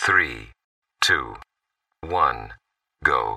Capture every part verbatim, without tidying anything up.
Three, two, one, go.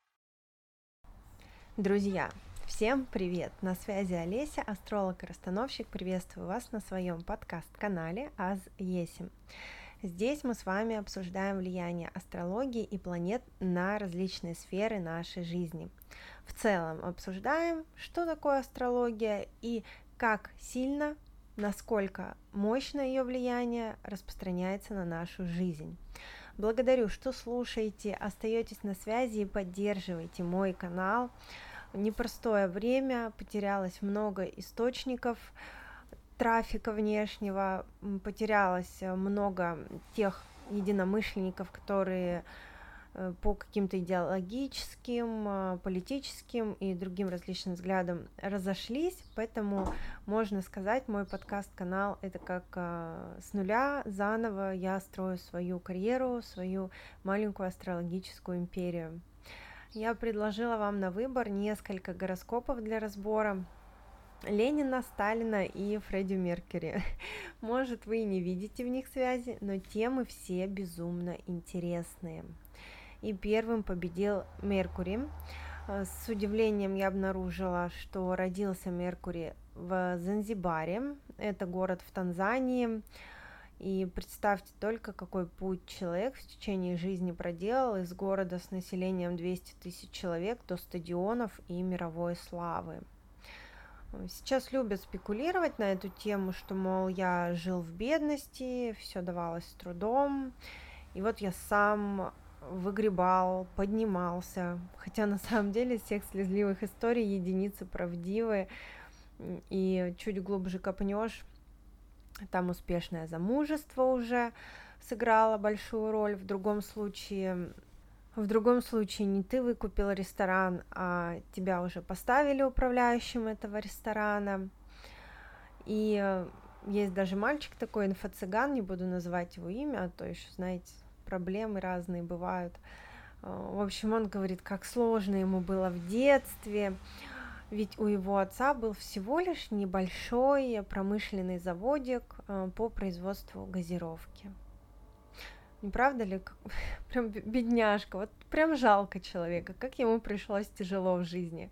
Друзья, всем привет! На связи Олеся, астролог и расстановщик. Приветствую вас на своем подкаст-канале Аз Есим. Здесь мы с вами обсуждаем влияние астрологии и планет на различные сферы нашей жизни. В целом обсуждаем, что такое астрология и как сильно, насколько мощно ее влияние распространяется на нашу жизнь. Благодарю, что слушаете, остаетесь на связи и поддерживаете мой канал. Непростое время, потерялось много источников трафика внешнего, потерялось много тех единомышленников, которые по каким-то идеологическим, политическим и другим различным взглядам разошлись, поэтому можно сказать, мой подкаст-канал — это как с нуля заново я строю свою карьеру, свою маленькую астрологическую империю. Я предложила вам на выбор несколько гороскопов для разбора: Ленина, Сталина и Фредди Меркьюри. Может, вы и не видите в них связи, но темы все безумно интересные. И первым победил Меркурий. С удивлением я обнаружила, что родился Меркурий в Занзибаре, это город в Танзании. И представьте только, какой путь человек в течение жизни проделал из города с населением двести тысяч человек до стадионов и мировой славы. Сейчас любят спекулировать на эту тему, что, мол, я жил в бедности, все давалось с трудом, и вот я сам выгребал, поднимался, хотя на самом деле из всех слезливых историй единицы правдивы, и чуть глубже копнешь, там успешное замужество уже сыграло большую роль. В другом случае, в другом случае не ты выкупил ресторан, а тебя уже поставили управляющим этого ресторана. И есть даже мальчик такой, инфо-цыган, не буду называть его имя, а то еще, знаете, проблемы разные бывают. В общем, он говорит, как сложно ему было в детстве, ведь у его отца был всего лишь небольшой промышленный заводик по производству газировки. Не правда ли? Прям бедняжка, вот прям жалко человека, как ему пришлось тяжело в жизни.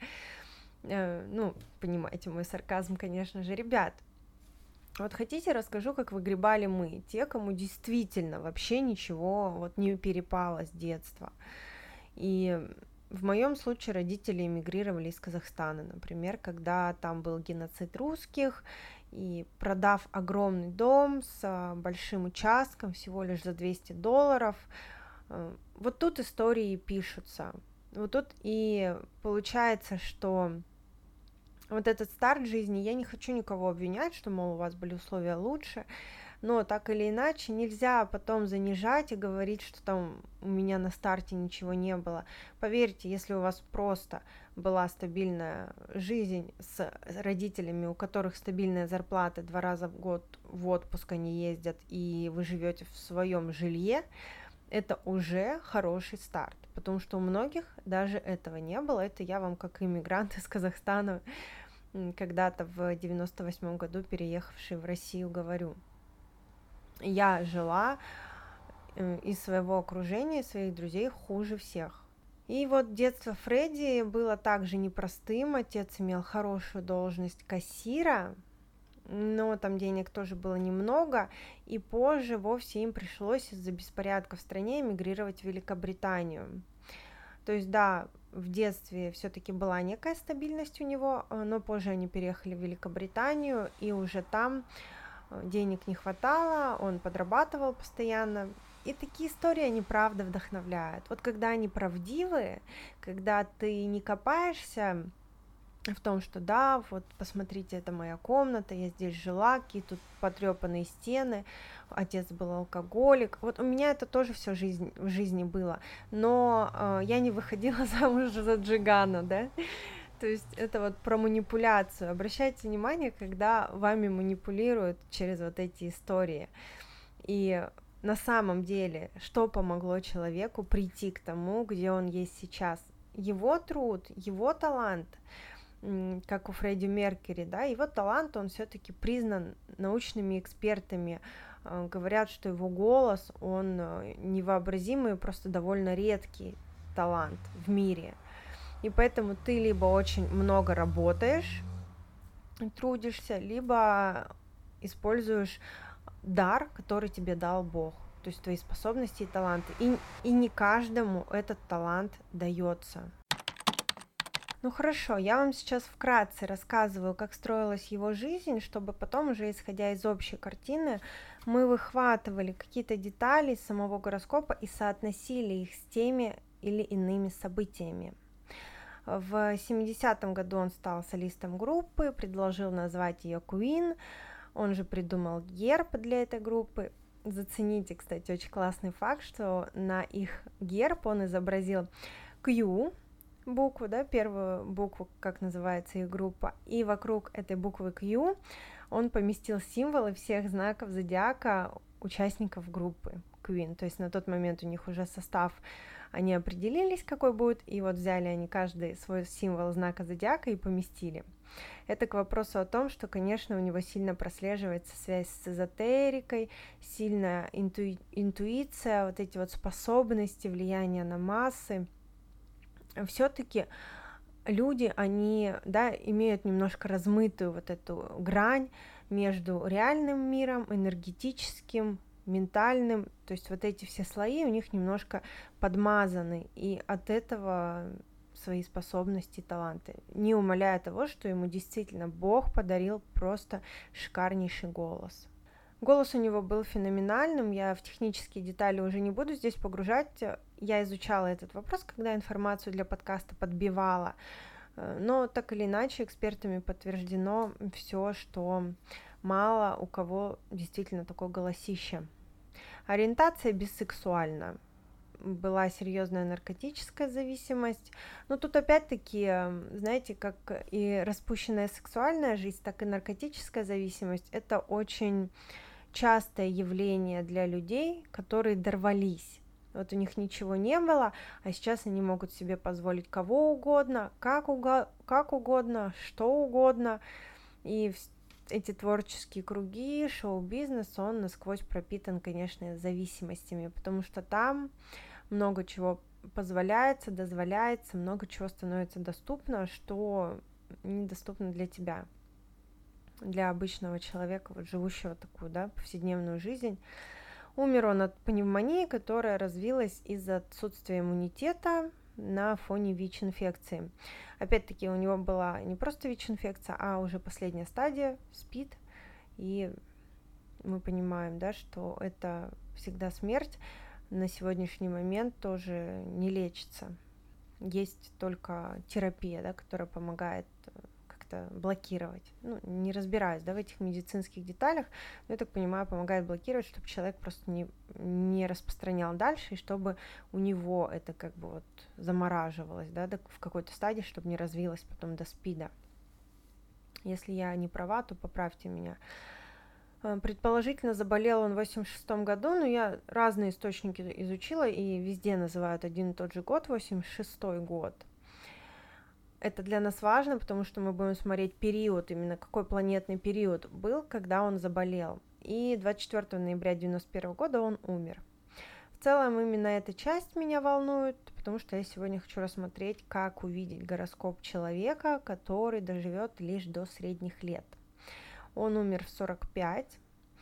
Ну, понимаете, мой сарказм, конечно же. Ребят, вот хотите, расскажу, как выгребали мы, те, кому действительно вообще ничего вот не перепало с детства. И в моем случае родители эмигрировали из Казахстана, например, когда там был геноцид русских, и продав огромный дом с большим участком всего лишь за двести долларов, вот тут истории пишутся. Вот тут и получается, что вот этот старт жизни, я не хочу никого обвинять, что, мол, у вас были условия лучше, но так или иначе нельзя потом занижать и говорить, что там у меня на старте ничего не было. Поверьте, если у вас просто была стабильная жизнь с родителями, у которых стабильная зарплата, два раза в год в отпуск они ездят, и вы живете в своем жилье, это уже хороший старт, потому что у многих даже этого не было. Это я вам как иммигрант из Казахстана, когда-то в девяносто восьмом году переехавший в Россию, говорю. Я жила из своего окружения, своих друзей хуже всех. И вот детство Фредди было также непростым. Отец имел хорошую должность кассира, но там денег тоже было немного, и позже вовсе им пришлось из-за беспорядка в стране эмигрировать в Великобританию. То есть, да, в детстве все-таки была некая стабильность у него, но позже они переехали в Великобританию, и уже там денег не хватало, он подрабатывал постоянно. И такие истории, они правда вдохновляют. Вот когда они правдивые, когда ты не копаешься в том, что да, вот посмотрите, это моя комната, я здесь жила, какие тут потрепанные стены, отец был алкоголик. Вот у меня это тоже все жизнь, в жизни было, но э, я не выходила замуж за Джигана, да, то есть это вот про манипуляцию. Обращайте внимание, когда вами манипулируют через вот эти истории. И на самом деле, что помогло человеку прийти к тому, где он есть сейчас? Его труд, его талант, как у Фредди Меркьюри, да, его талант, он все-таки признан научными экспертами говорят, что его голос, он невообразимый, просто довольно редкий талант в мире. И поэтому ты либо очень много работаешь, трудишься, либо используешь дар, который тебе дал Бог, то есть твои способности и таланты. И, и не каждому этот талант дается. Ну хорошо, я вам сейчас вкратце рассказываю, как строилась его жизнь, чтобы потом уже, исходя из общей картины, мы выхватывали какие-то детали из самого гороскопа и соотносили их с теми или иными событиями. В семидесятом году он стал солистом группы, предложил назвать ее Queen, он же придумал герб для этой группы. Зацените, кстати, очень классный факт, что на их герб он изобразил Q, букву, да, первую букву, как называется их группа, и вокруг этой буквы Q он поместил символы всех знаков зодиака участников группы Queen, то есть на тот момент у них уже состав, они определились, какой будет, и вот взяли они каждый свой символ знака зодиака и поместили. Это к вопросу о том, что, конечно, у него сильно прослеживается связь с эзотерикой, сильная интуи- интуиция, вот эти вот способности, влияние на массы. Все-таки люди, они, да, имеют немножко размытую вот эту грань между реальным миром, энергетическим, ментальным, то есть вот эти все слои у них немножко подмазаны, и от этого свои способности и таланты, не умаляя того, что ему действительно Бог подарил просто шикарнейший голос. Голос у него был феноменальным, я в технические детали уже не буду здесь погружать, я изучала этот вопрос, когда информацию для подкаста подбивала, но так или иначе экспертами подтверждено все, что мало у кого действительно такое голосище. Ориентация бисексуальна. Была серьезная наркотическая зависимость. Но тут опять-таки, знаете, как и распущенная сексуальная жизнь, так и наркотическая зависимость – это очень частое явление для людей, которые дорвались. Вот у них ничего не было, а сейчас они могут себе позволить кого угодно, как, уго- как угодно, что угодно. И эти творческие круги, шоу-бизнес, он насквозь пропитан, конечно, зависимостями, потому что там много чего позволяется, дозволяется, много чего становится доступно, что недоступно для тебя, для обычного человека, вот живущего такую, да, повседневную жизнь. Умер он от пневмонии, которая развилась из-за отсутствия иммунитета на фоне ВИЧ-инфекции. Опять-таки у него была не просто ВИЧ-инфекция, а уже последняя стадия, СПИД, и мы понимаем, да, что это всегда смерть. На сегодняшний момент тоже не лечится. Есть только терапия, да, которая помогает как-то блокировать. Ну, не разбираюсь, да, в этих медицинских деталях, но я так понимаю, помогает блокировать, чтобы человек просто не, не распространял дальше, и чтобы у него это как бы вот замораживалось, да, в какой-то стадии, чтобы не развилось потом до СПИДа. Если я не права, то поправьте меня. Предположительно, заболел он в восемьдесят шестом году, но я разные источники изучила, и везде называют один и тот же год, восемьдесят шестой год. Это для нас важно, потому что мы будем смотреть период, именно какой планетный период был, когда он заболел. И двадцать четвёртого ноября девяносто первого года он умер. В целом именно эта часть меня волнует, потому что я сегодня хочу рассмотреть, как увидеть гороскоп человека, который доживет лишь до средних лет. Он умер в сорок пять,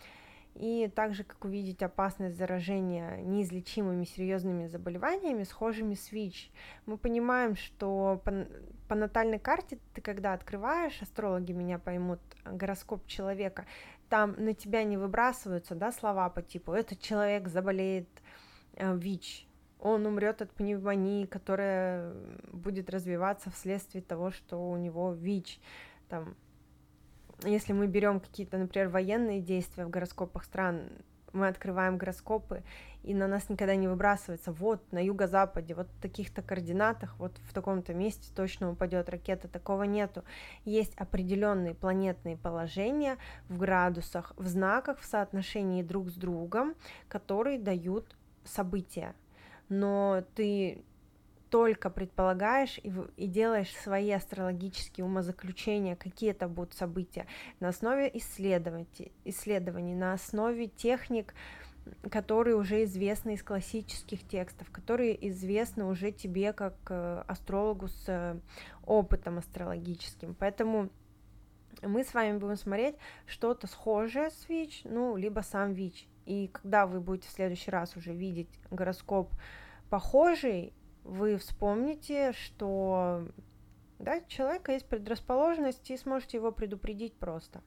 и также как увидеть опасность заражения неизлечимыми серьезными заболеваниями, схожими с ВИЧ. Мы понимаем, что по, по натальной карте ты когда открываешь, астрологи меня поймут, гороскоп человека, там на тебя не выбрасываются, да, слова по типу «этот человек заболеет э, ВИЧ», он умрет от пневмонии, которая будет развиваться вследствие того, что у него ВИЧ, там. Если мы берем какие-то, например, военные действия в гороскопах стран, мы открываем гороскопы, и на нас никогда не выбрасывается, вот на юго-западе, вот в таких-то координатах, вот в таком-то месте точно упадет ракета, такого нету. Есть определенные планетные положения в градусах, в знаках, в соотношении друг с другом, которые дают события. Но ты только предполагаешь и, и делаешь свои астрологические умозаключения, какие это будут события, на основе исследований, исследований, на основе техник, которые уже известны из классических текстов, которые известны уже тебе как астрологу с опытом астрологическим. Поэтому мы с вами будем смотреть что-то схожее с ВИЧ, ну, либо сам ВИЧ. И когда вы будете в следующий раз уже видеть гороскоп похожий, вы вспомните, что да, у человека есть предрасположенность, и сможете его предупредить просто.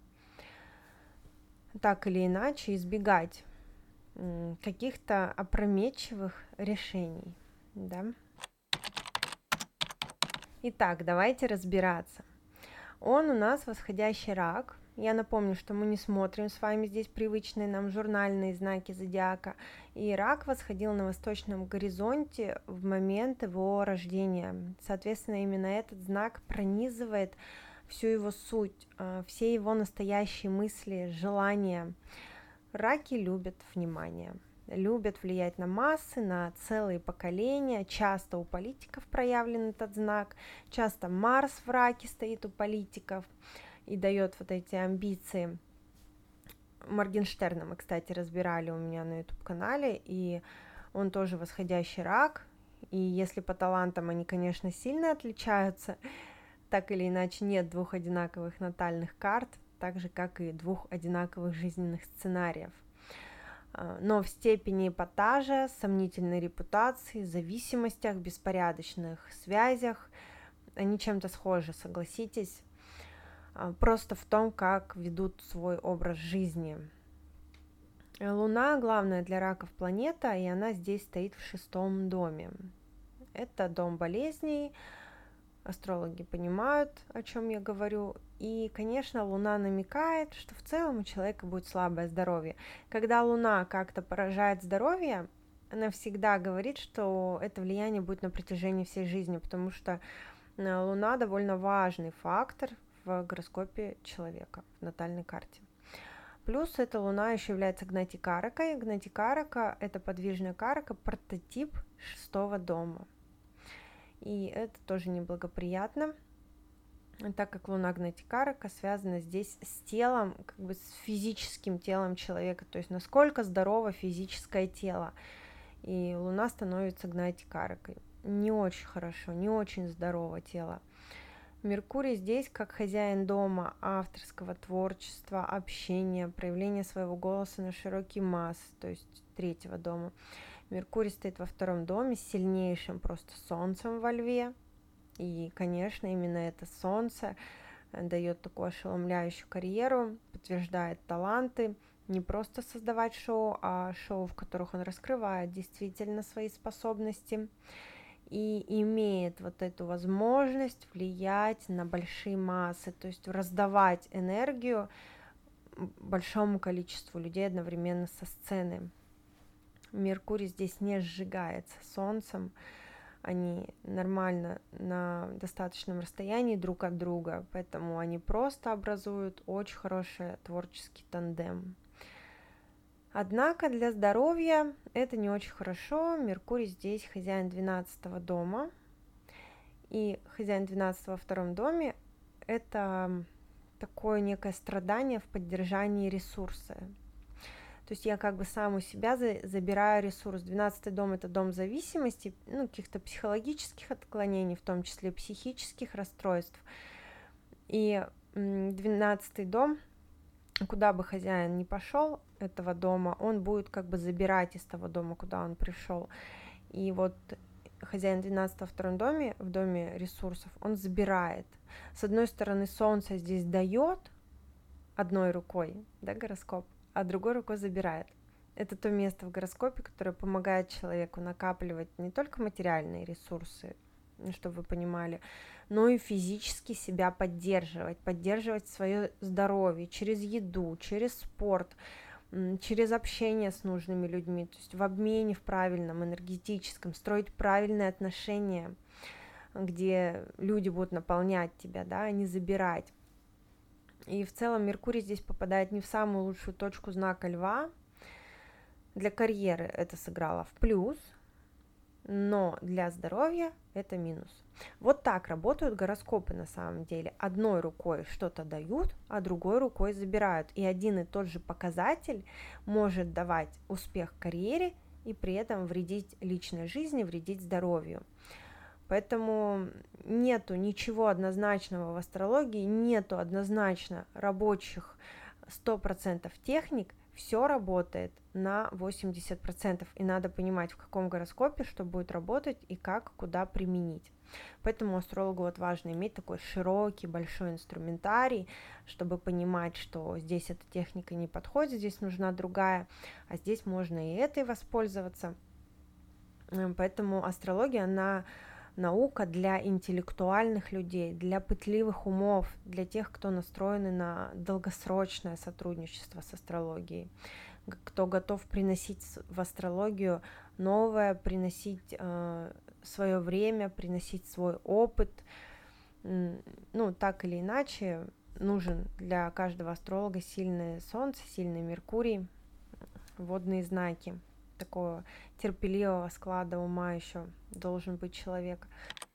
Так или иначе, избегать каких-то опрометчивых решений. Да? Итак, давайте разбираться. Он у нас восходящий рак. Я напомню, что мы не смотрим с вами здесь привычные нам журнальные знаки зодиака. И рак восходил на восточном горизонте в момент его рождения. Соответственно, именно этот знак пронизывает всю его суть, все его настоящие мысли, желания. Раки любят внимание, любят влиять на массы, на целые поколения. Часто у политиков проявлен этот знак, часто Марс в раке стоит у политиков и дает вот эти амбиции. Моргенштерна мы, кстати, разбирали у меня на YouTube-канале, и он тоже восходящий рак, и если по талантам они, конечно, сильно отличаются, так или иначе нет двух одинаковых натальных карт, так же, как и двух одинаковых жизненных сценариев. Но в степени эпатажа, сомнительной репутации, зависимостях, беспорядочных связях они чем-то схожи, согласитесь, просто в том, как ведут свой образ жизни. Луна главная для раков планета, и она здесь стоит в шестом доме. Это дом болезней. Астрологи понимают, о чем я говорю, и, конечно, Луна намекает, что в целом у человека будет слабое здоровье. Когда Луна как-то поражает здоровье, она всегда говорит, что это влияние будет на протяжении всей жизни, потому что Луна довольно важный фактор в гороскопе человека, в натальной карте. Плюс эта Луна еще является гнатикаракой. Гнатикарака – это подвижная карака, прототип шестого дома. И это тоже неблагоприятно, так как Луна гнатикарака связана здесь с телом, как бы с физическим телом человека, то есть насколько здорово физическое тело. И Луна становится гнатикаракой. Не очень хорошо, не очень здорово тело. Меркурий здесь как хозяин дома, авторского творчества, общения, проявления своего голоса на широкие массы, то есть третьего дома. Меркурий стоит во втором доме с сильнейшим просто солнцем во льве. И, конечно, именно это солнце дает такую ошеломляющую карьеру, подтверждает таланты, не просто создавать шоу, а шоу, в которых он раскрывает действительно свои способности и имеет вот эту возможность влиять на большие массы, то есть раздавать энергию большому количеству людей одновременно со сцены. Меркурий здесь не сжигается солнцем, они нормально на достаточном расстоянии друг от друга, поэтому они просто образуют очень хороший творческий тандем. Однако для здоровья это не очень хорошо. Меркурий здесь хозяин двенадцатого дома, и хозяин двенадцатого во втором доме – это такое некое страдание в поддержании ресурса. То есть я как бы сам у себя за, забираю ресурс. двенадцатый дом – это дом зависимости, ну, каких-то психологических отклонений, в том числе психических расстройств. И двенадцатый дом, куда бы хозяин ни пошел этого дома, он будет как бы забирать из того дома, куда он пришел. И вот хозяин двенадцатого во втором доме, в доме ресурсов, он забирает. С одной стороны, солнце здесь дает одной рукой, да, гороскоп, а другой рукой забирает. Это то место в гороскопе, которое помогает человеку накапливать не только материальные ресурсы, чтобы вы понимали, но и физически себя поддерживать, поддерживать свое здоровье через еду, через спорт, через общение с нужными людьми, то есть в обмене в правильном, энергетическом, строить правильные отношения, где люди будут наполнять тебя, да, а не забирать. И в целом Меркурий здесь попадает не в самую лучшую точку знака Льва. Для карьеры это сыграло в плюс. но для здоровья это минус. Вот так работают гороскопы на самом деле. Одной рукой что-то дают, а другой рукой забирают. И один и тот же показатель может давать успех в карьере и при этом вредить личной жизни, вредить здоровью. Поэтому нету ничего однозначного в астрологии, нету однозначно рабочих сто процентов техник, все работает на восемьдесят процентов, и надо понимать, в каком гороскопе что будет работать и как, куда применить. Поэтому астрологу вот важно иметь такой широкий, большой инструментарий, чтобы понимать, что здесь эта техника не подходит, здесь нужна другая, а здесь можно и этой воспользоваться. Поэтому астрология, она наука для интеллектуальных людей, для пытливых умов, для тех, кто настроены на долгосрочное сотрудничество с астрологией, кто готов приносить в астрологию новое, приносить э, свое время, приносить свой опыт. Ну, так или иначе, нужен для каждого астролога сильное Солнце, сильный Меркурий, водные знаки. Такого терпеливого склада ума еще должен быть человек.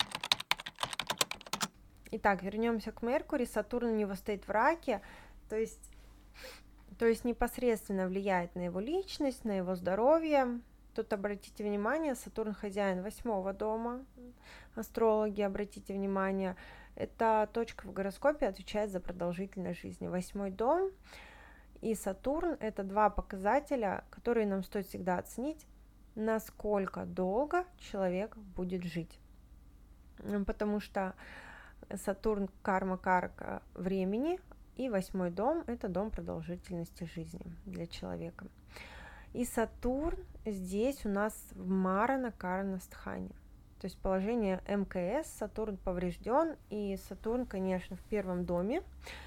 Итак, вернемся к Меркурию. Сатурн у него стоит в Раке, то есть, то есть непосредственно влияет на его личность, на его здоровье. Тут обратите внимание, Сатурн хозяин восьмого дома, астрологи, обратите внимание, эта точка в гороскопе отвечает за продолжительность жизни. Восьмой дом и Сатурн – это два показателя, которые нам стоит всегда оценить, насколько долго человек будет жить. Потому что Сатурн – карма-карка времени, и восьмой дом – это дом продолжительности жизни для человека. И Сатурн здесь у нас в Марана-Карана-стхане. То есть положение эм ка эс, Сатурн поврежден, и Сатурн, конечно, в первом доме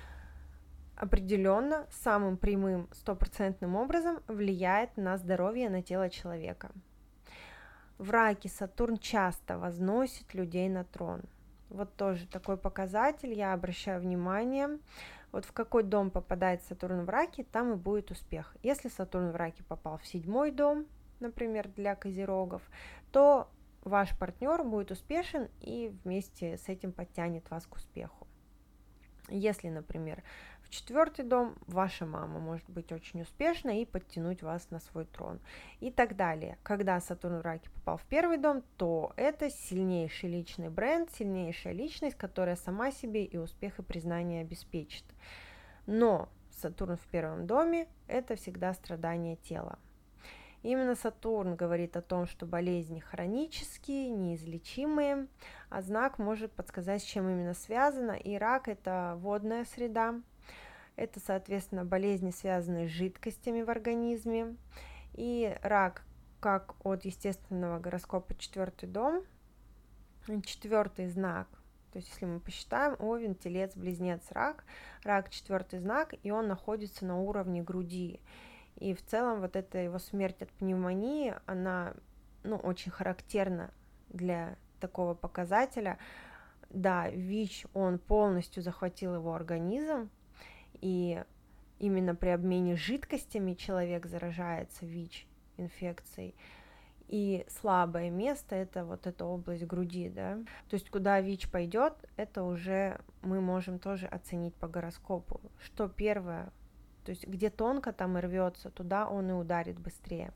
определенно самым прямым стопроцентным образом влияет на здоровье, на тело человека. В Раке Сатурн часто возносит людей на трон. Вот тоже такой показатель, я обращаю внимание. Вот в какой дом попадает Сатурн в Раке, там и будет успех. Если Сатурн в Раке попал в седьмой дом, например, для козерогов, то ваш партнер будет успешен и вместе с этим подтянет вас к успеху. Если, например, четвертый дом, ваша мама может быть очень успешна и подтянуть вас на свой трон и так далее. Когда Сатурн в Раке попал в первый дом, то это сильнейший личный бренд, сильнейшая личность, которая сама себе и успех, и признание обеспечит. Но Сатурн в первом доме – это всегда страдание тела. Именно Сатурн говорит о том, что болезни хронические, неизлечимые, а знак может подсказать, с чем именно связано. И рак – это водная среда. Это, соответственно, болезни, связанные с жидкостями в организме. И рак, как от естественного гороскопа четвертый дом, четвертый знак. То есть, если мы посчитаем, Овен, Телец, Близнец, Рак, Рак четвертый знак, и он находится на уровне груди. И в целом вот эта его смерть от пневмонии, она, ну, очень характерна для такого показателя. Да, ВИЧ, он полностью захватил его организм, и именно при обмене жидкостями человек заражается ВИЧ-инфекцией. И слабое место – это вот эта область груди, да. То есть куда ВИЧ пойдет, это уже мы можем тоже оценить по гороскопу. Что первое, то есть где тонко там и рвется, туда он и ударит быстрее.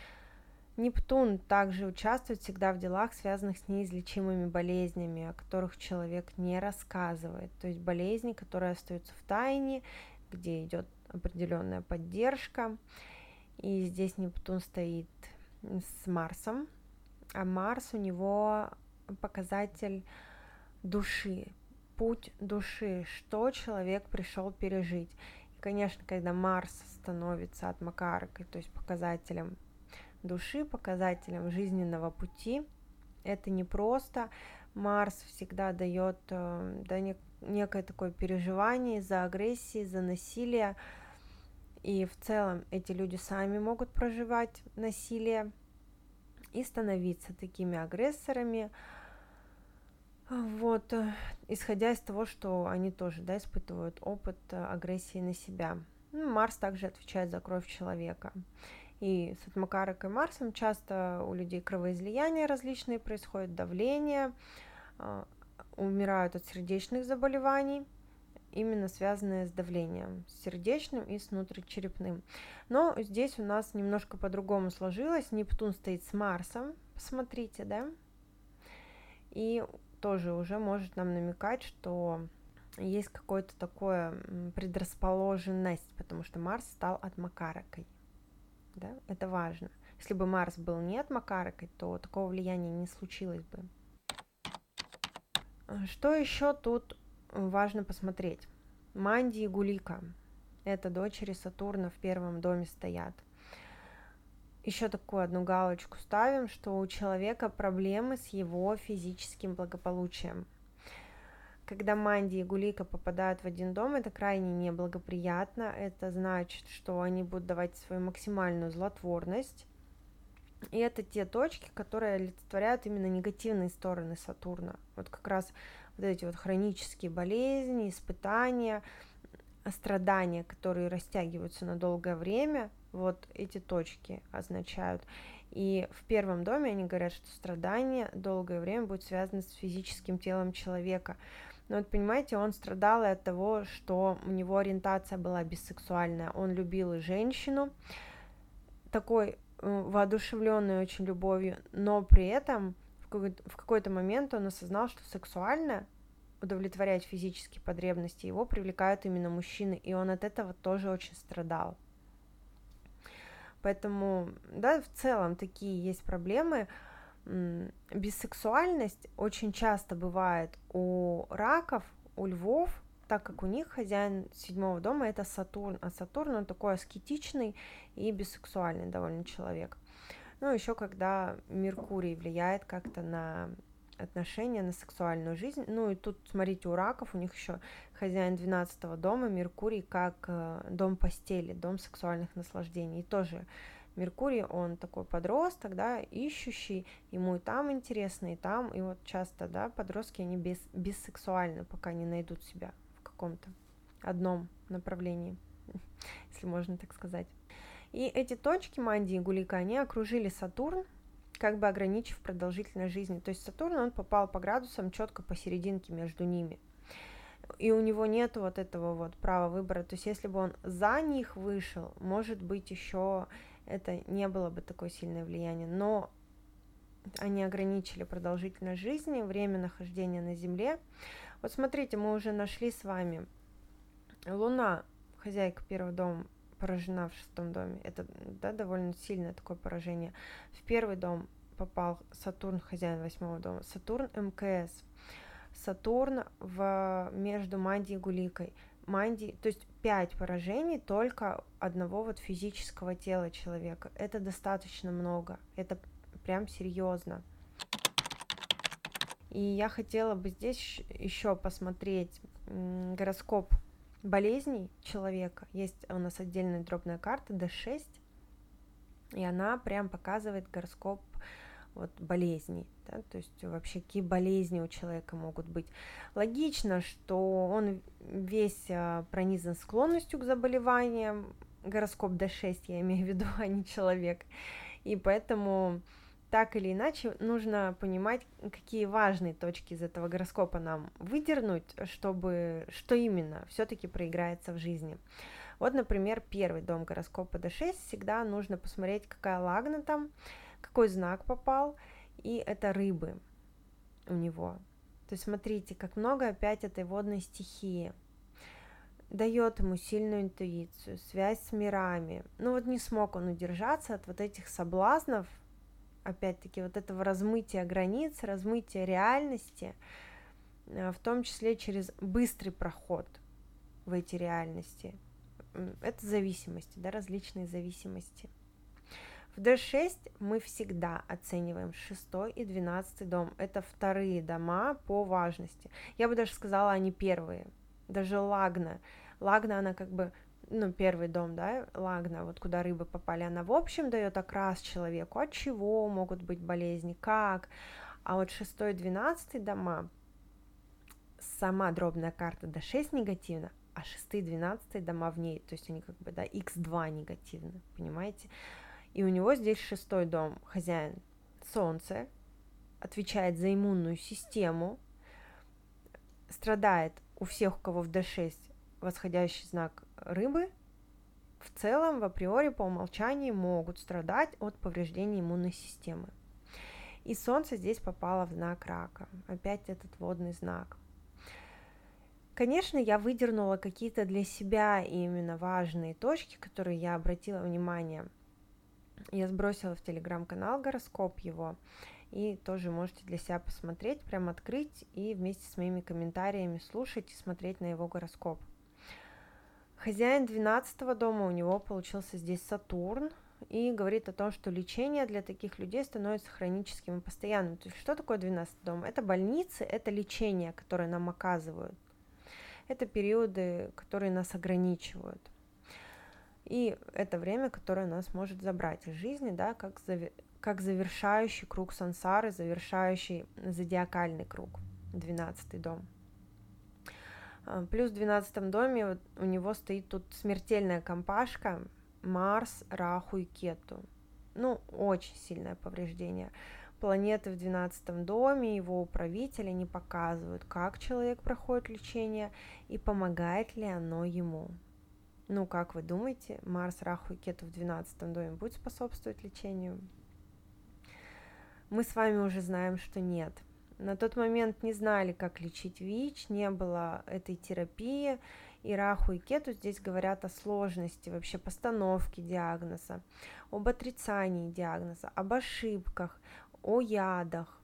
Нептун также участвует всегда в делах, связанных с неизлечимыми болезнями, о которых человек не рассказывает. То есть болезни, которые остаются в тайне, где идет определенная поддержка. И здесь Нептун стоит с Марсом, а Марс у него показатель души, путь души, что человек пришел пережить. И, конечно, когда Марс становится атмакаркой, то есть показателем души, показателем жизненного пути, это непросто. Марс всегда дает да, некое такое переживание из-за агрессии, из-за насилия. И в целом эти люди сами могут проживать насилие и становиться такими агрессорами, вот, исходя из того, что они тоже, да, испытывают опыт агрессии на себя. Ну, Марс также отвечает за кровь человека. И с Атмакаракой и Марсом часто у людей кровоизлияния различные происходят, давление, умирают от сердечных заболеваний, именно связанные с давлением, с сердечным и с внутричерепным. Но здесь у нас немножко по-другому сложилось. Нептун стоит с Марсом, посмотрите, да, и тоже уже может нам намекать, что есть какое-то такое предрасположенность, потому что Марс стал Атмакаракой, да, это важно. Если бы Марс был не Атмакаракой, то такого влияния не случилось бы. Что еще тут важно посмотреть? Манди и Гулика, это дочери Сатурна, в первом доме стоят. Еще такую одну галочку ставим, что у человека проблемы с его физическим благополучием. Когда Манди и Гулика попадают в один дом, это крайне неблагоприятно. Это значит, что они будут давать свою максимальную злотворность. И это те точки, которые олицетворяют именно негативные стороны Сатурна. Вот как раз вот эти вот хронические болезни, испытания, страдания, которые растягиваются на долгое время, вот эти точки означают. И в первом доме они говорят, что страдание долгое время будет связано с физическим телом человека. Но вот понимаете, он страдал и от того, что у него ориентация была бисексуальная. Он любил женщину, такой воодушевленной очень любовью, но при этом в какой-то, в какой-то момент он осознал, что сексуально удовлетворять физические потребности его привлекают именно мужчины, и он от этого тоже очень страдал. Поэтому, да, в целом такие есть проблемы. Бисексуальность очень часто бывает у раков, у львов, так как у них хозяин седьмого дома это Сатурн, а Сатурн он такой аскетичный и бисексуальный довольно человек. Ну, еще когда Меркурий влияет как-то на отношения, на сексуальную жизнь. Ну и тут, смотрите, у раков у них еще хозяин двенадцатого дома, Меркурий, как дом постели, дом сексуальных наслаждений. И тоже Меркурий, он такой подросток, да, ищущий, ему и там интересно, и там, и вот часто, да, подростки, они бис, бисексуальны, пока не найдут себя в каком-то одном направлении, если можно так сказать. И эти точки Манди и Гулика, они окружили Сатурн, как бы ограничив продолжительность жизни. То есть Сатурн, он попал по градусам четко посерединке между ними. И у него нет вот этого вот права выбора. То есть если бы он за них вышел, может быть, еще это не было бы такое сильное влияние. Но они ограничили продолжительность жизни, время нахождения на Земле. Вот смотрите, мы уже нашли с вами Луна, хозяйка первого дома, поражена в шестом доме. Это, да, довольно сильное такое поражение. В первый дом попал Сатурн, хозяин восьмого дома. Сатурн МКС. Сатурн в, между Манди и Гуликой. Манди, то есть пять поражений только одного вот физического тела человека. Это достаточно много. Это прям серьезно. И я хотела бы здесь еще посмотреть гороскоп болезней человека. Есть у нас отдельная дробная карта дэ шесть, и она прям показывает гороскоп вот болезней, да, то есть вообще какие болезни у человека могут быть. Логично, что он весь пронизан склонностью к заболеваниям, гороскоп дэ шесть, я имею в виду, а не человек, и поэтому так или иначе нужно понимать, какие важные точки из этого гороскопа нам выдернуть, чтобы что именно все-таки проиграется в жизни. Вот, например, первый дом гороскопа дэ шесть, всегда нужно посмотреть, какая лагна там, какой знак попал, и это рыбы у него. То есть смотрите, как много опять этой водной стихии. Дает ему сильную интуицию, связь с мирами. Ну вот не смог он удержаться от вот этих соблазнов, опять-таки вот этого размытия границ, размытия реальности, в том числе через быстрый проход в эти реальности. Это зависимости, да, различные зависимости. В дэ шесть мы всегда оцениваем шестой и двенадцатый дом. Это вторые дома по важности. Я бы даже сказала, они первые. Даже лагна. Лагна, она как бы, ну, первый дом, да, лагна, вот куда рыбы попали, она в общем дает окрас человеку, от чего могут быть болезни, как. А вот шестой и двенадцатый дома, сама дробная карта дэ шесть негативна, а шестой и двенадцатый дома в ней, то есть они как бы, да, икс два негативны, понимаете? И у него здесь шестой дом, хозяин Солнце, отвечает за иммунную систему, страдает у всех, у кого в дэ шесть восходящий знак рыбы, в целом, в априори, по умолчанию могут страдать от повреждения иммунной системы. И Солнце здесь попало в знак Рака, опять этот водный знак. Конечно, я выдернула какие-то для себя именно важные точки, которые я обратила внимание. Я сбросила в телеграм-канал гороскоп его, и тоже можете для себя посмотреть, прям открыть и вместе с моими комментариями слушать и смотреть на его гороскоп. Хозяин двенадцатого дома, у него получился здесь Сатурн, и говорит о том, что лечение для таких людей становится хроническим и постоянным. То есть что такое двенадцатый дом? Это больницы, это лечение, которое нам оказывают. Это периоды, которые нас ограничивают. И это время, которое нас может забрать из жизни, да, как, зави- как завершающий круг сансары, завершающий зодиакальный круг, двенадцатый дом. Плюс в двенадцатом доме вот у него стоит тут смертельная компашка Марс, Раху и Кету. Ну, очень сильное повреждение. Планеты в двенадцатом доме, его управители не показывают, как человек проходит лечение и помогает ли оно ему. Ну, как вы думаете, Марс, Раху и Кету в двенадцатом доме будет способствовать лечению? Мы с вами уже знаем, что нет. На тот момент не знали, как лечить ВИЧ, не было этой терапии, и Раху и Кету здесь говорят о сложности вообще постановки диагноза, об отрицании диагноза, об ошибках, о ядах,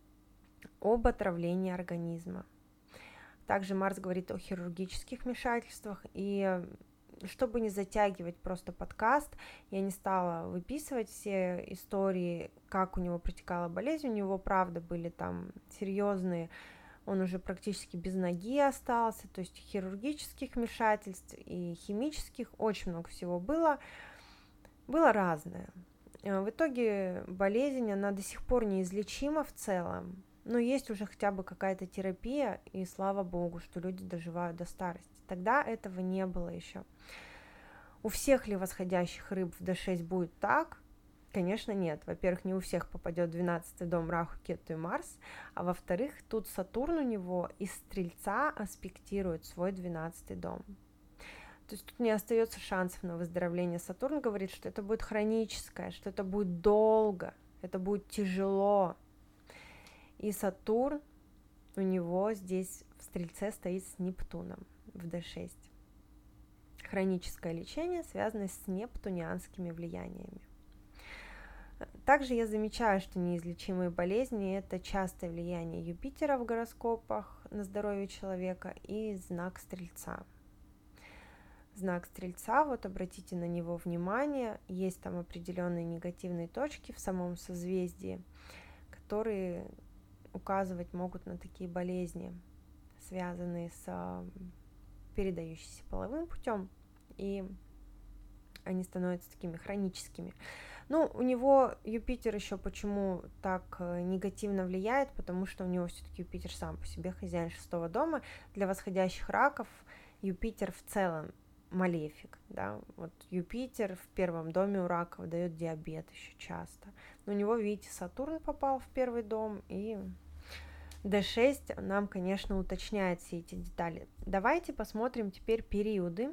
об отравлении организма. Также Марс говорит о хирургических вмешательствах, и чтобы не затягивать просто подкаст, я не стала выписывать все истории, как у него протекала болезнь. У него, правда, были там серьезные, он уже практически без ноги остался, то есть хирургических вмешательств и химических, очень много всего было, было разное. В итоге болезнь, она до сих пор неизлечима в целом, но есть уже хотя бы какая-то терапия, и слава богу, что люди доживают до старости. Тогда этого не было еще. У всех ли восходящих рыб в дэ шесть будет так? Конечно, нет. Во-первых, не у всех попадет двенадцатый дом Раху, Кету и Марс, а во-вторых, тут Сатурн у него из Стрельца аспектирует свой двенадцатый дом. То есть тут не остается шансов на выздоровление. Сатурн говорит, что это будет хроническое, что это будет долго, это будет тяжело. И Сатурн у него здесь в Стрельце стоит с Нептуном в дэ шесть. Хроническое лечение, связанное с нептунианскими влияниями. Также я замечаю, что неизлечимые болезни – это частое влияние Юпитера в гороскопах на здоровье человека и знак Стрельца. Знак Стрельца, вот обратите на него внимание, есть там определенные негативные точки в самом созвездии, которые указывать могут на такие болезни, связанные с передающимся половым путем, и они становятся такими хроническими. Ну, у него Юпитер еще почему так негативно влияет, потому что у него все-таки Юпитер сам по себе хозяин шестого дома. Для восходящих раков Юпитер в целом малефик, да, вот Юпитер в первом доме у раков дает диабет еще часто. Но у него, видите, Сатурн попал в первый дом, и дэ шесть нам, конечно, уточняет все эти детали. Давайте посмотрим теперь периоды.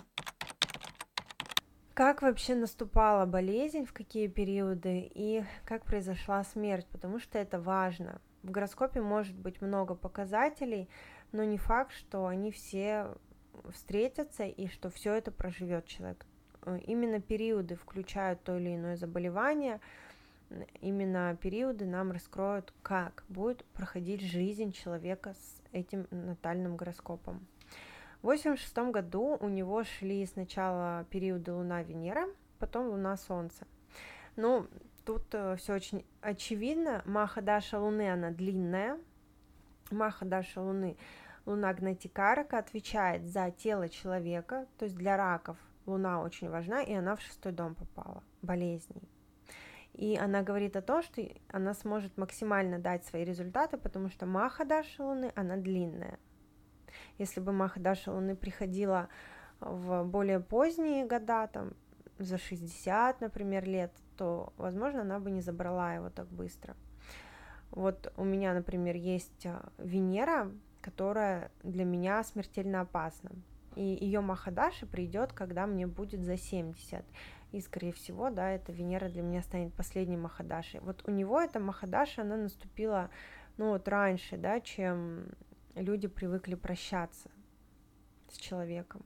Как вообще наступала болезнь, в какие периоды и как произошла смерть, потому что это важно. В гороскопе может быть много показателей, но не факт, что они все встретятся и что все это проживет человек. Именно периоды включают то или иное заболевание, именно периоды нам раскроют, как будет проходить жизнь человека с этим натальным гороскопом. В восемьдесят шестом году у него шли сначала периоды Луна-Венера, потом Луна-Солнце. Ну, тут все очень очевидно. Маха-даша Луны, она длинная. Маха-даша Луны, Луна Гнатикарака, отвечает за тело человека, то есть для раков Луна очень важна, и она в шестой дом попала, болезней. И она говорит о том, что она сможет максимально дать свои результаты, потому что Маха-даша Луны, она длинная. Если бы Маха-даша Луны приходила в более поздние года, там, за шестьдесят, например, лет, то, возможно, она бы не забрала его так быстро. Вот у меня, например, есть Венера, которая для меня смертельно опасна. И ее Махадаши придет, когда мне будет за семьдесят. И, скорее всего, да, эта Венера для меня станет последней Махадашей. Вот у него эта Махадаша, она наступила, ну вот раньше, да, чем люди привыкли прощаться с человеком.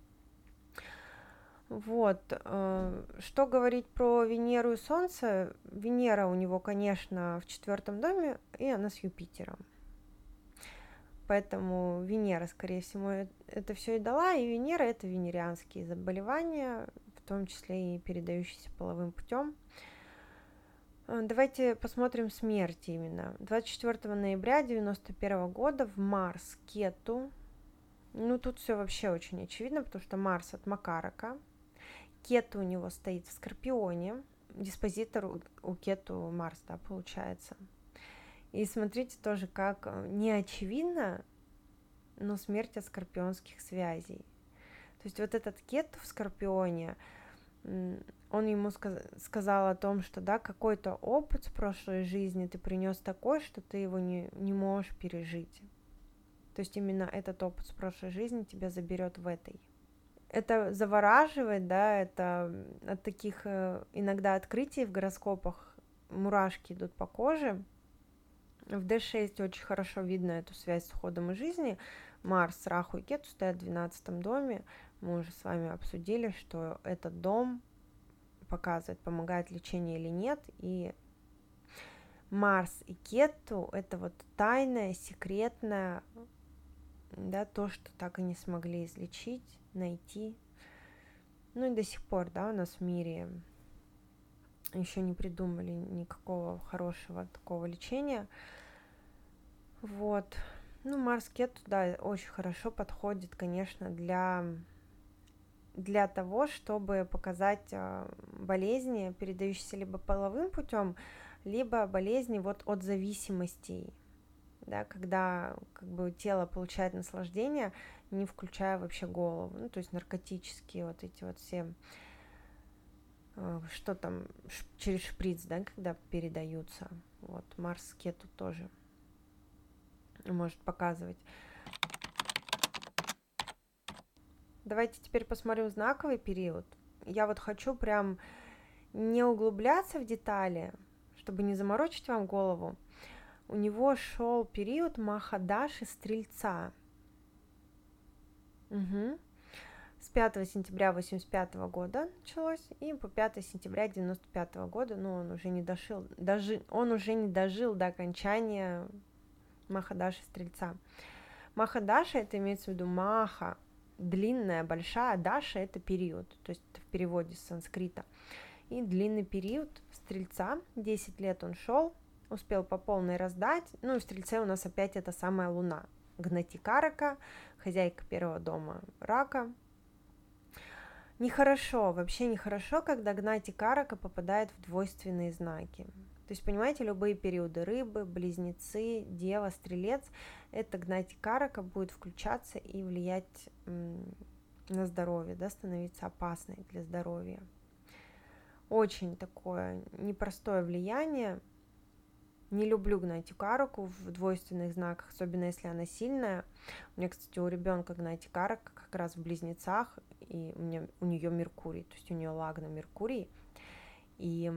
Вот, что говорить про Венеру и Солнце? Венера у него, конечно, в четвертом доме, и она с Юпитером. Поэтому Венера, скорее всего, это все и дала, и Венера — это венерианские заболевания, в том числе и передающиеся половым путем. Давайте посмотрим смерть именно. двадцать четвёртого ноября девяносто первого года в Марс Кету. Ну, тут все вообще очень очевидно, потому что Марс от Макарака. Кету у него стоит в Скорпионе. Диспозитор у, у Кету Марс, да, получается. И смотрите тоже, как не очевидно, но смерть от скорпионских связей. То есть вот этот Кету в Скорпионе, он ему сказ- сказал о том, что да, какой-то опыт с прошлой жизни ты принес такой, что ты его не, не можешь пережить. То есть именно этот опыт с прошлой жизни тебя заберет в этой. Это завораживает, да, это от таких иногда открытий в гороскопах мурашки идут по коже. В дэ шесть очень хорошо видно эту связь с ходом и жизни. Марс, Раху и Кету стоят в двенадцатом доме. Мы уже с вами обсудили, что этот дом показывает, помогает лечение или нет. И Марс и Кету — это вот тайное, секретное, да, то, что так и не смогли излечить, найти. Ну и до сих пор, да, у нас в мире еще не придумали никакого хорошего такого лечения. Вот. Ну, Марс Кету, да, очень хорошо подходит, конечно, для, для того, чтобы показать болезни, передающиеся либо половым путем, либо болезни вот от зависимостей, да, когда как бы тело получает наслаждение, не включая вообще голову, ну, то есть наркотические вот эти вот все, что там, через шприц, да, когда передаются, вот, Марс Кету тоже может показывать. Давайте теперь посмотрим знаковый период. Я вот хочу прям не углубляться в детали, чтобы не заморочить вам голову. У него шел период Махадаши Стрельца. Угу. С пятого сентября восемьдесят пятого года началось и по пятого сентября девяносто пятого года. Но он уже не дожил, дожи, он уже не дожил до окончания Махадаши Стрельца. Махадаша — это имеется в виду маха, длинная, большая, даша — это период, то есть это в переводе с санскрита. И длинный период Стрельца, десять лет он шел, успел по полной раздать. Ну и в Стрельце у нас опять эта самая Луна, Гнати Карака, хозяйка первого дома Рака. Нехорошо, вообще нехорошо, когда Гнати Карака попадает в двойственные знаки. То есть, понимаете, любые периоды рыбы, близнецы, дева, стрелец, это Гнати Карака будет включаться и влиять на здоровье, да, становиться опасной для здоровья. Очень такое непростое влияние. Не люблю Гнати Караку в двойственных знаках, особенно если она сильная. У меня, кстати, у ребенка Гнати Карака как раз в близнецах, и у, меня, у нее Меркурий, то есть у нее лагна Меркурий, и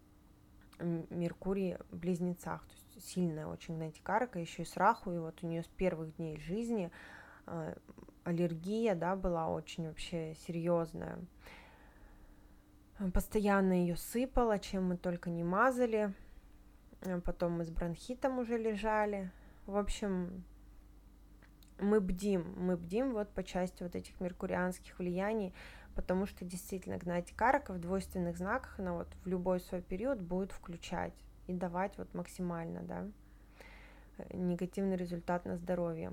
Меркурий в близнецах, то есть сильная очень Гнати Карака, еще и с Раху, и вот у нее с первых дней жизни э, аллергия, да, была очень вообще серьезная. Постоянно ее сыпало, чем мы только не мазали. Потом мы с бронхитом уже лежали. В общем, мы бдим, мы бдим вот по части вот этих меркурианских влияний, потому что действительно Гнати Карака в двойственных знаках, она вот в любой свой период будет включать и давать вот максимально, да, негативный результат на здоровье.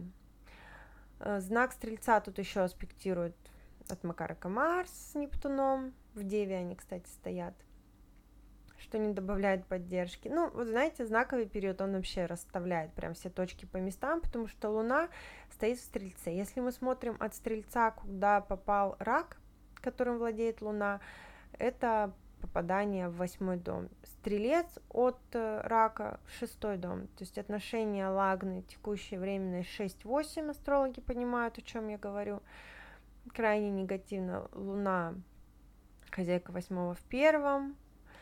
Знак Стрельца тут еще аспектирует от Макарака Марс с Нептуном, в Деве они, кстати, стоят, что не добавляет поддержки. Ну, вот знаете, знаковый период, он вообще расставляет прям все точки по местам, потому что Луна стоит в Стрельце. Если мы смотрим от Стрельца, куда попал Рак, которым владеет Луна, это попадание в восьмой дом. Стрелец от рака в шестой дом. То есть отношения лагны, текущие временные шесть-восемь, астрологи понимают, о чем я говорю. Крайне негативно. Луна, хозяйка восьмого, в первом.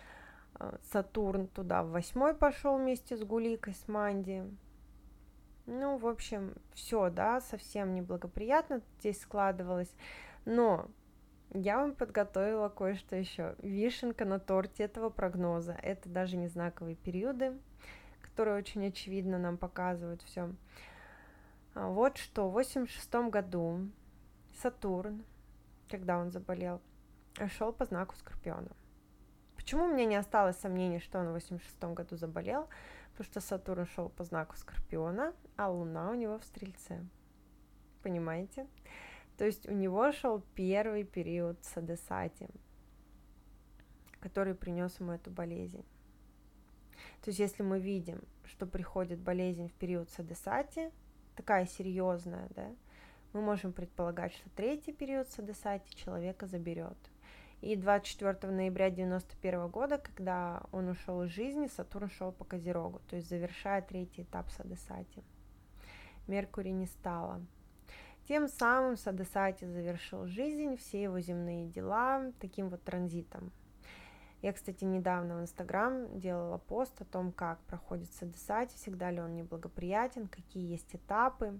Сатурн туда в восьмой пошел вместе с Гуликой, с Манди. Ну, в общем, все, да, совсем неблагоприятно здесь складывалось. Но я вам подготовила кое-что еще. Вишенка на торте этого прогноза. Это даже не знаковые периоды, которые очень очевидно нам показывают все. Вот что, в восемьдесят шестом году Сатурн, когда он заболел, шел по знаку Скорпиона. Почему у меня не осталось сомнений, что он в восемьдесят шестом году заболел? Потому что Сатурн шел по знаку Скорпиона, а Луна у него в Стрельце. Понимаете? То есть у него шел первый период садесати, который принес ему эту болезнь. То есть если мы видим, что приходит болезнь в период садесати, такая серьезная, да, мы можем предполагать, что третий период садесати человека заберет. И двадцать четвёртого ноября девяносто первого года, когда он ушел из жизни, Сатурн шел по Козерогу, то есть завершая третий этап садесати. Меркурий не стало. Тем самым садесати завершил жизнь, все его земные дела таким вот транзитом. Я, кстати, недавно в Инстаграм делала пост о том, как проходит садесати, всегда ли он неблагоприятен, какие есть этапы.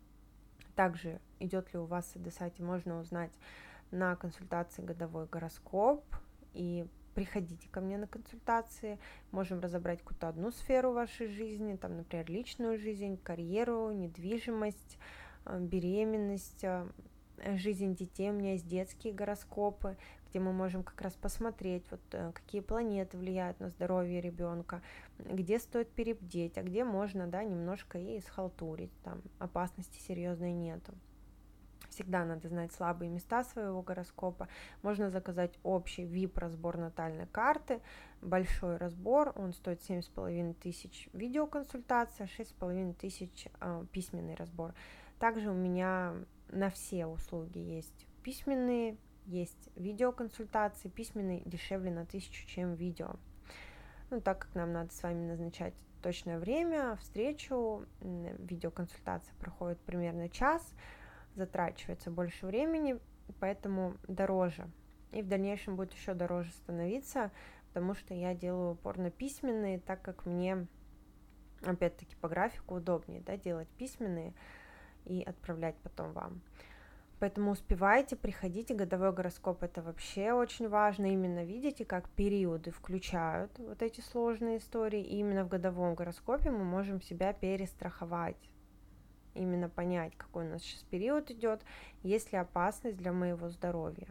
Также, идет ли у вас садесати, можно узнать на консультации «Годовой гороскоп», и приходите ко мне на консультации, можем разобрать какую-то одну сферу вашей жизни, там, например, личную жизнь, карьеру, недвижимость, беременность, жизнь детей. У меня есть детские гороскопы, где мы можем как раз посмотреть, вот, какие планеты влияют на здоровье ребенка, где стоит перебдеть, а где можно, да, немножко и схалтурить, там опасности серьезной нету. Всегда надо знать слабые места своего гороскопа. Можно заказать общий ви ай пи-разбор натальной карты, большой разбор, он стоит семь с половиной тысяч видеоконсультация, шесть с половиной тысяч э, письменный разбор. Также у меня на все услуги есть письменные, есть видеоконсультации, письменные дешевле на тысячу, чем видео. Ну, так как нам надо с вами назначать точное время, встречу, видеоконсультация проходит примерно час, затрачивается больше времени, поэтому дороже. И в дальнейшем будет еще дороже становиться, потому что я делаю упор на письменные, так как мне, опять-таки, по графику удобнее, да, делать письменные и отправлять потом вам. Поэтому успевайте, приходите, годовой гороскоп — это вообще очень важно, именно видите, как периоды включают вот эти сложные истории, и именно в годовом гороскопе мы можем себя перестраховать, именно понять, какой у нас сейчас период идет, есть ли опасность для моего здоровья.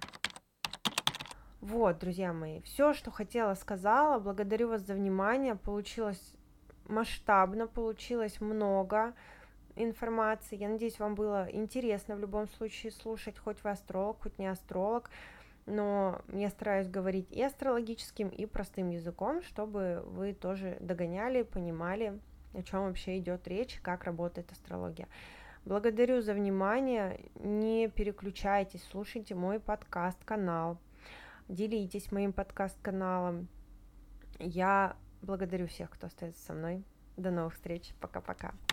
Вот, друзья мои, все, что хотела, сказала. Благодарю вас за внимание. Получилось масштабно, получилось много информации. Я надеюсь, вам было интересно в любом случае слушать, хоть вы астролог, хоть не астролог. Но я стараюсь говорить и астрологическим, и простым языком, чтобы вы тоже догоняли, понимали, о чем вообще идет речь, как работает астрология. Благодарю за внимание. Не переключайтесь, слушайте мой подкаст-канал, делитесь моим подкаст-каналом. Я благодарю всех, кто остается со мной. До новых встреч. Пока-пока.